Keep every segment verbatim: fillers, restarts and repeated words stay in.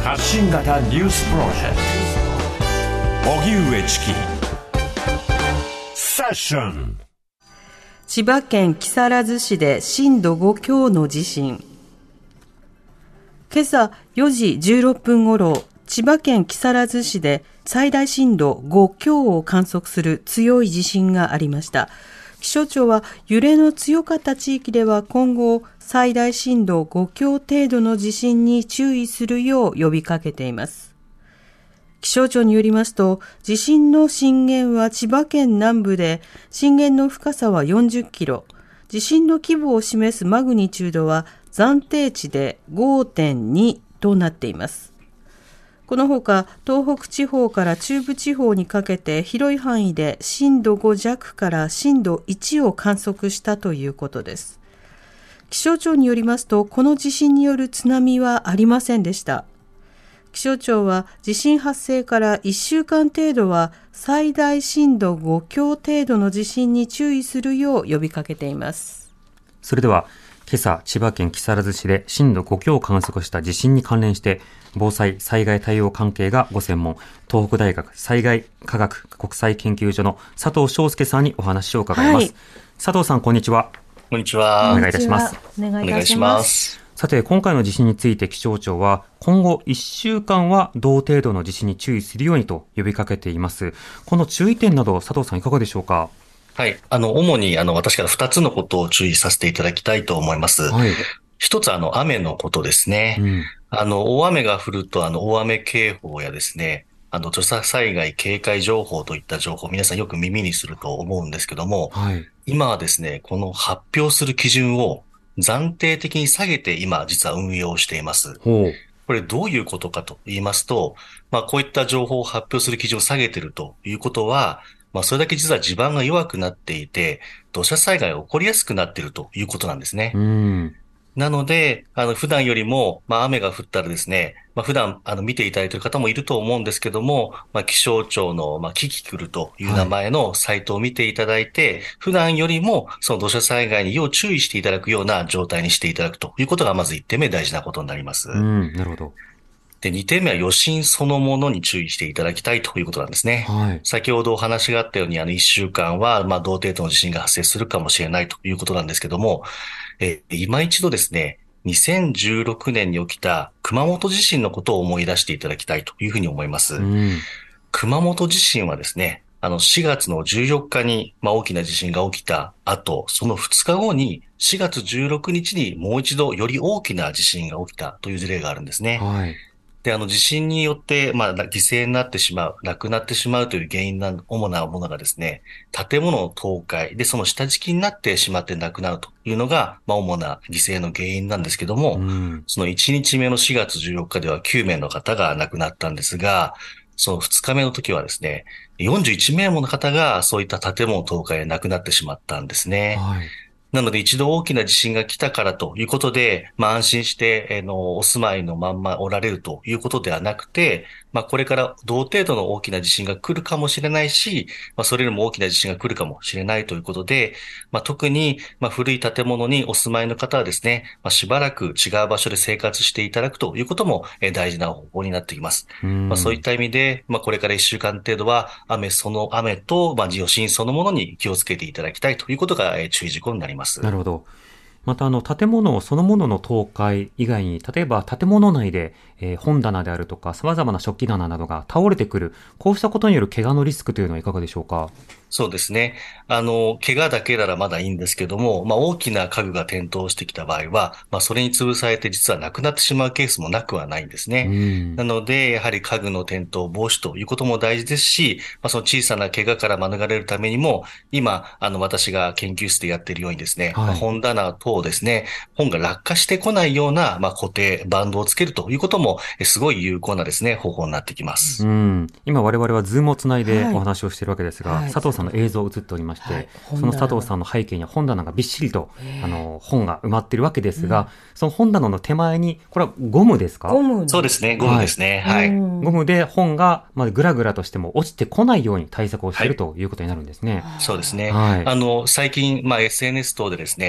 発信型ニュースプロジェクト荻上チキセッション。 千葉県木更津市で震度ご強の地震。今朝よじじゅうろっぷんごろ、千葉県木更津市で最大震度ご強を観測する強い地震がありました。気象庁は揺れの強かった地域では今後最大震度ご強程度の地震に注意するよう呼びかけています。気象庁によりますと、地震の震源は千葉県南部で、震源の深さはよんじゅっキロ、地震の規模を示すマグニチュードは暫定値で ごてんに となっています。このほか、東北地方から中部地方にかけて広い範囲で震度ご弱から震度いちを観測したということです。気象庁によりますと、この地震による津波はありませんでした。気象庁は地震発生からいっしゅうかん程度は最大震度ご強程度の地震に注意するよう呼びかけています。 それでは今朝千葉県木更津市で震度ご強を観測した地震に関連して防災・災害対応関係がご専門、東北大学災害科学国際研究所の佐藤翔介さんにお話を伺います、はい、佐藤さん、こんにちは。 こんにちは。 お願いいたします。 お願いいたします。 さて、今回の地震について気象庁は今後いっしゅうかんは同程度の地震に注意するようにと呼びかけています。この注意点など佐藤さんいかがでしょうか。 はい。あの、主にあの私からふたつのことを注意させていただきたいと思います。はい。一つはあの雨のことですね。うん、あの、大雨が降るとあの大雨警報やですね、あの土砂災害警戒情報といった情報、皆さんよく耳にすると思うんですけども、はい、今はですね、この発表する基準を暫定的に下げて今実は運用しています。これどういうことかと言いますと、まあこういった情報を発表する基準を下げているということは、まあそれだけ実は地盤が弱くなっていて、土砂災害が起こりやすくなっているということなんですね。うんなので、あの、普段よりも、まあ、雨が降ったらですね、まあ、普段、あの、見ていただいている方もいると思うんですけども、まあ、気象庁の、まあ、キキクルという名前のサイトを見ていただいて、はい、普段よりも、その土砂災害に要注意していただくような状態にしていただくということが、まずいってんめ大事なことになります。 うん、なるほど。 で、にてんめは余震そのものに注意していただきたいということなんですね。はい、先ほどお話があったように、あの、いっしゅうかんは、まあ、同程度の地震が発生するかもしれないということなんですけども、え、今一度ですね、にせんじゅうろくねんに起きた熊本地震のことを思い出していただきたいというふうに思います。うん、熊本地震はですね、あのしがつのじゅうよっかに、まあ、大きな地震が起きた後、そのふつかごにしがつじゅうろくにちにもう一度より大きな地震が起きたという事例があるんですね。はいで、あの地震によって、まあ、犠牲になってしまう、亡くなってしまうという原因な、主なものがですね、建物の倒壊で、その下敷きになってしまって亡くなるというのが、まあ、主な犠牲の原因なんですけども、うん、そのいちにちめのしがつじゅうよっかではきゅうめいの方が亡くなったんですが、そのふつかめの時はですね、よんじゅういちめいもの方がそういった建物倒壊で亡くなってしまったんですね。はいなので一度大きな地震が来たからということで、まあ安心して、あの、お住まいのまんまおられるということではなくて、まあこれから同程度の大きな地震が来るかもしれないし、まあそれよりも大きな地震が来るかもしれないということで、まあ特に、まあ古い建物にお住まいの方はですね、まあしばらく違う場所で生活していただくということも大事な方法になってきます。まあそういった意味で、まあこれからいっしゅうかん程度は雨その雨と、まあ余震そのものに気をつけていただきたいということが注意事項になります。 なるほど。またあの建物そのものの倒壊以外に、例えば建物内で、えー、本棚であるとか様々な食器棚などが倒れてくる、こうしたことによる怪我のリスクというのはいかがでしょうか。 そうですね。あの、怪我だけならまだいいんですけども、まあ大きな家具が転倒してきた場合は、まあそれに潰されて実は亡くなってしまうケースもなくはないんですね。なので、やはり家具の転倒防止ということも大事ですし、まあその小さな怪我から免れるためにも、今、あの私が研究室でやっているようにですね、はいまあ、本棚等ですね、本が落下してこないような、まあ固定、バンドをつけるということも、すごい有効なですね、方法になってきます。 うん今我々はズームをつないでお話をしているわけですが、はい、佐藤さんの映像映っておりまして、はい、その佐藤さんの背景には本棚がびっしりとあの本が埋まっているわけですが、うん、その本棚の手前にこれはゴムですか？ ゴムそうですね、ゴムですね。はい。はい、 ゴムで本がまあグラグラとしても落ちてこないように対策をしている、はい、ということになるんですね。 そうですね。はい、あの最近まあ エスエヌエス 等でですね。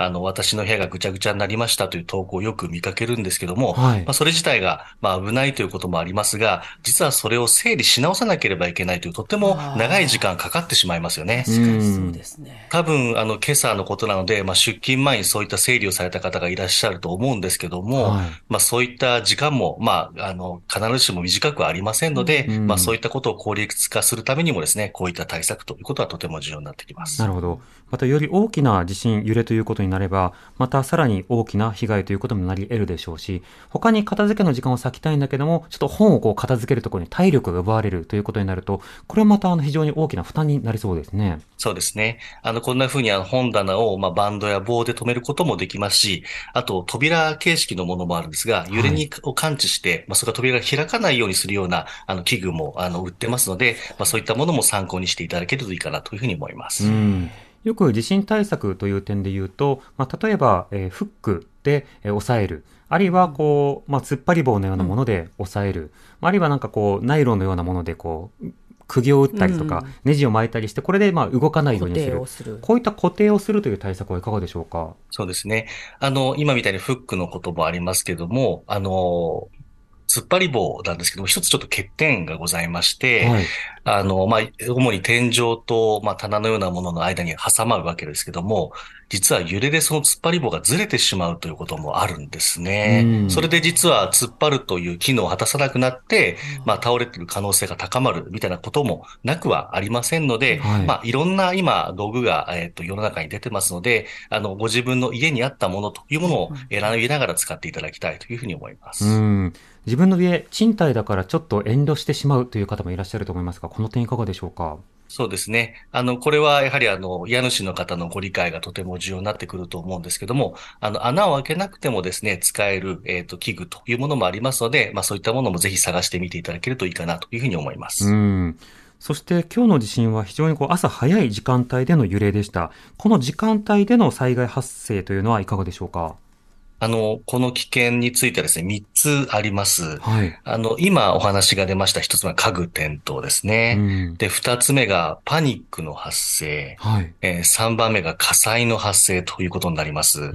あの、私の部屋がぐちゃぐちゃになりましたという投稿をよく見かけるんですけども、 はい。 まあ、それ自体が、まあ、危ないということもありますが、実はそれを整理し直さなければいけないという、とっても長い時間かかってしまいますよね。 確かにそうですね。 多分、あの、今朝のことなので、まあ、出勤前にそういった整理をされた方がいらっしゃると思うんですけども、 はい。 まあ、そういった時間も、まあ、あの、必ずしも短くはありませんので、まあ、 うん。 そういったことを効率化するためにもですね、こういった対策ということはとても重要になってきます。 なるほど。またより大きな地震、揺れということになれば、またさらに大きな被害ということになり得るでしょうし、他に片付けの時間を割きたいんだけども、ちょっと本をこう片付けるところに体力が奪われるということになると、これはまたあの非常に大きな負担になりそうですね。 そうですね。あの、こんな風にあの本棚を、まあ、バンドや棒で留めることもできますし、あと、扉形式のものもあるんですが、揺れはい。 にを感知して、まあ、それが扉が開かないようにするような、あの、器具も、あの、売ってますので、まあ、そういったものも参考にしていただけるといいかなというふうに思います。 うん。よく地震対策という点で言うと、まあ、例えば、えーフックで、えー押さえる。あるいは、こう、まあ、突っ張り棒のようなもので押さえる。あるいはなんかこう、ナイロンのようなもので、こう、釘を打ったりとか、ネジを巻いたりして、これでまあ動かないよう固にする。 定をする。 こういった固定をするという対策はいかがでしょうか？ そうですね。あの、今みたいにフックのこともありますけども、あの、突っ張り棒なんですけども、一つちょっと欠点がございまして、 はい。 あの、まあ、主に天井と、まあ、棚のようなものの間に挟まるわけですけども、実は揺れでその突っ張り棒がずれてしまうということもあるんですうね。それん。 で実は突っ張るという機能を果たさなくなって、まあ、倒れている可能性が高まるみたいなこともなくはありませんので、 はい。 まあ、いろんな今道具が、えっと、世の中に出てますので、あの、ご自分の家にあったものというものを選びながら使っていただきたいというふうに思いまうす。 ん。自分の家、賃貸だからちょっと遠慮してしまうという方もいらっしゃると思いますが、この点いかがでしょうか？ そうですね。あの、これはやはりあの、家主の方のご理解がとても重要になってくると思うんですけども、あの、穴を開けなくてもですね、使える、えっと、器具というものもありますので、まあそういったものもぜひ探してみていただけるといいかなというふうに思いまうす。 ん。そして今日の地震は非常にこう朝早い時間帯での揺れでした。この時間帯での災害発生というのはいかがでしょうか？ あの、この危険についてはですね、みっつあります。 はい。 あの、今お話が出ましたひとつめは家具転倒ですね。 うん。 で、ふたつめがパニックの発生。 はい。 えー、さんばんめが火災の発生ということになります。 うん。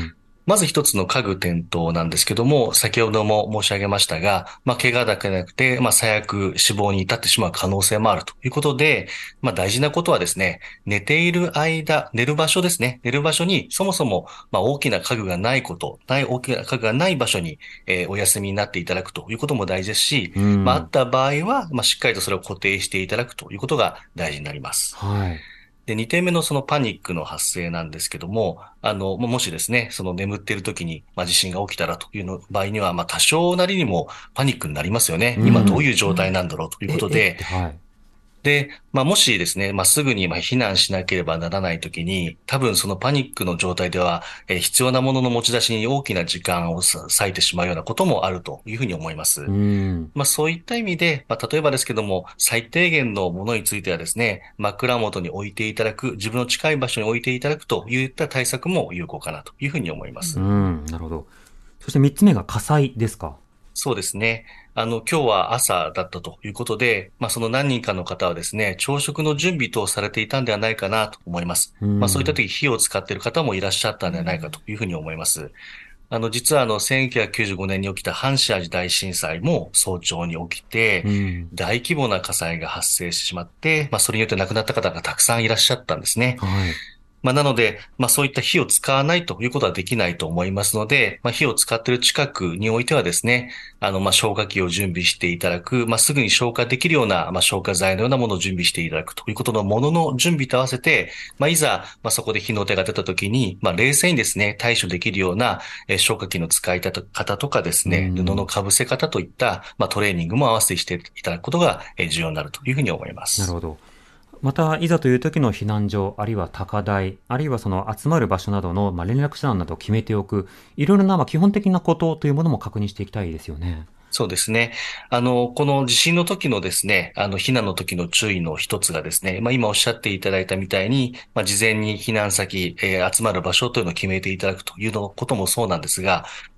まず一つの家具転倒なんですけども、先ほども申し上げましたが、まあ、怪我だけでなくて、まあ、最悪死亡に至ってしまう可能性もあるということで、まあ、大事なことはですね、寝ている間、寝る場所ですね。寝る場所にそもそも、まあ、大きな家具がないこと、ない、大きな家具がない場所に、えーお休みになっていただくということも大事ですし、まあ、あうん。 った場合は、まあ、しっかりとそれを固定していただくということが大事になります。 はい。 で、にてんめのそのパニックの発生なんですけども、あの、ももしですね、その眠っている時に、まあ、地震が起きたらというの場合には、まあ、多少なりにもパニックになりますよね。今どううん。 いう状態なんだろうというこえ、え、 とで、 はい。 で、まあ、もしですね、まあ、すぐにまあ避難しなければならないときに、多分そのパニックの状態では、えー必要なものの持ち出しに大きな時間をさ割いてしまうようなこともあるというふうに思いまうす。 ん。 まあ、そういった意味で、まあ、例えばですけども、最低限のものについてはですね、枕元に置いていただく、自分の近い場所に置いていただくといった対策も有効かなというふうに思いまうす。 ん。なるほど。そしてみっつめが火災ですか？ そうですね。あの、今日は朝だったということで、まあ、その何人かの方はですね、朝食の準備等をされていたんではないかなと思います。 うまあ、そういったん。 時火を使っている方もいらっしゃったんではないかというふうに思います。あの、実はあの、せんきゅうひゃくきゅうじゅうごねんに起きた阪神・淡路大震災も早朝に起きて、 うん。 大規模な火災が発生してしまって、まあ、それによって亡くなった方がたくさんいらっしゃったんですね。 はい。 まあ、なので、まあ、そういった火を使わないということはできないと思いますので、まあ、火を使っている近くにおいてはですね、あの、まあ、消火器を準備していただく、まあ、すぐに消火できるような、まあ、消火剤のようなものを準備していただくということのものの準備と合わせて、まあ、いざ、まあ、そこで火の手が出たときに、まあ、冷静にですね、対処できるような、えー消火器の使い方とかですうね、布のん。 被せ方といった、まあ、トレーニングも合わせてしていただくことが、えー重要になるというふうに思います。 なるほど。また、いざという時の避難所、あるいは高台、あるいはその集まる場所などの、まあ、連絡手段などを決めておく、いろいろな、まあ、基本的なことというものも確認していきたいですよね。 そうですね。あの、この地震の時のですね、あの、避難の時の注意の一つがですね、まあ、今おっしゃっていただいたみたいに、まあ、事前に避難先、えー集まる場所というのを決めていただくというのこともそうなんですが、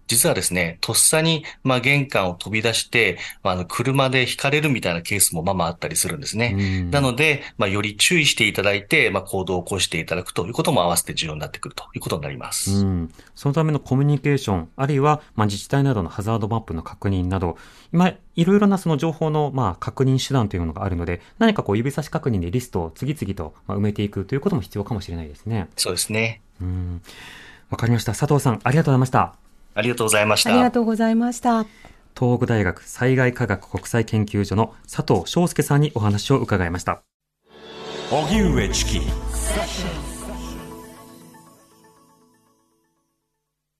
実はですね、とっさに、まあ、玄関を飛び出して、まあ、あの、車でひかれるみたいなケースもままあったりするんですね。なので、まあ、より注意していただいて、まあ、行動を起こしていただくということも合わせて重要になってくるということになります。 うん。そのためのコミュニケーション、あるいは、まあ、自治体などのハザードマップの確認など、今、いろいろなその情報の、まあ、確認手段というものがあるので、何かこう、指差し確認でリストを次々と埋めていくということも必要かもしれないですね。 そうですね。 うん。わかりました。佐藤さん、ありがとうございました。 ありがとうございました。 ありがとうございました。 東北大学災害科学国際研究所の佐藤翔介さんにお話を伺いました。 荻上チキ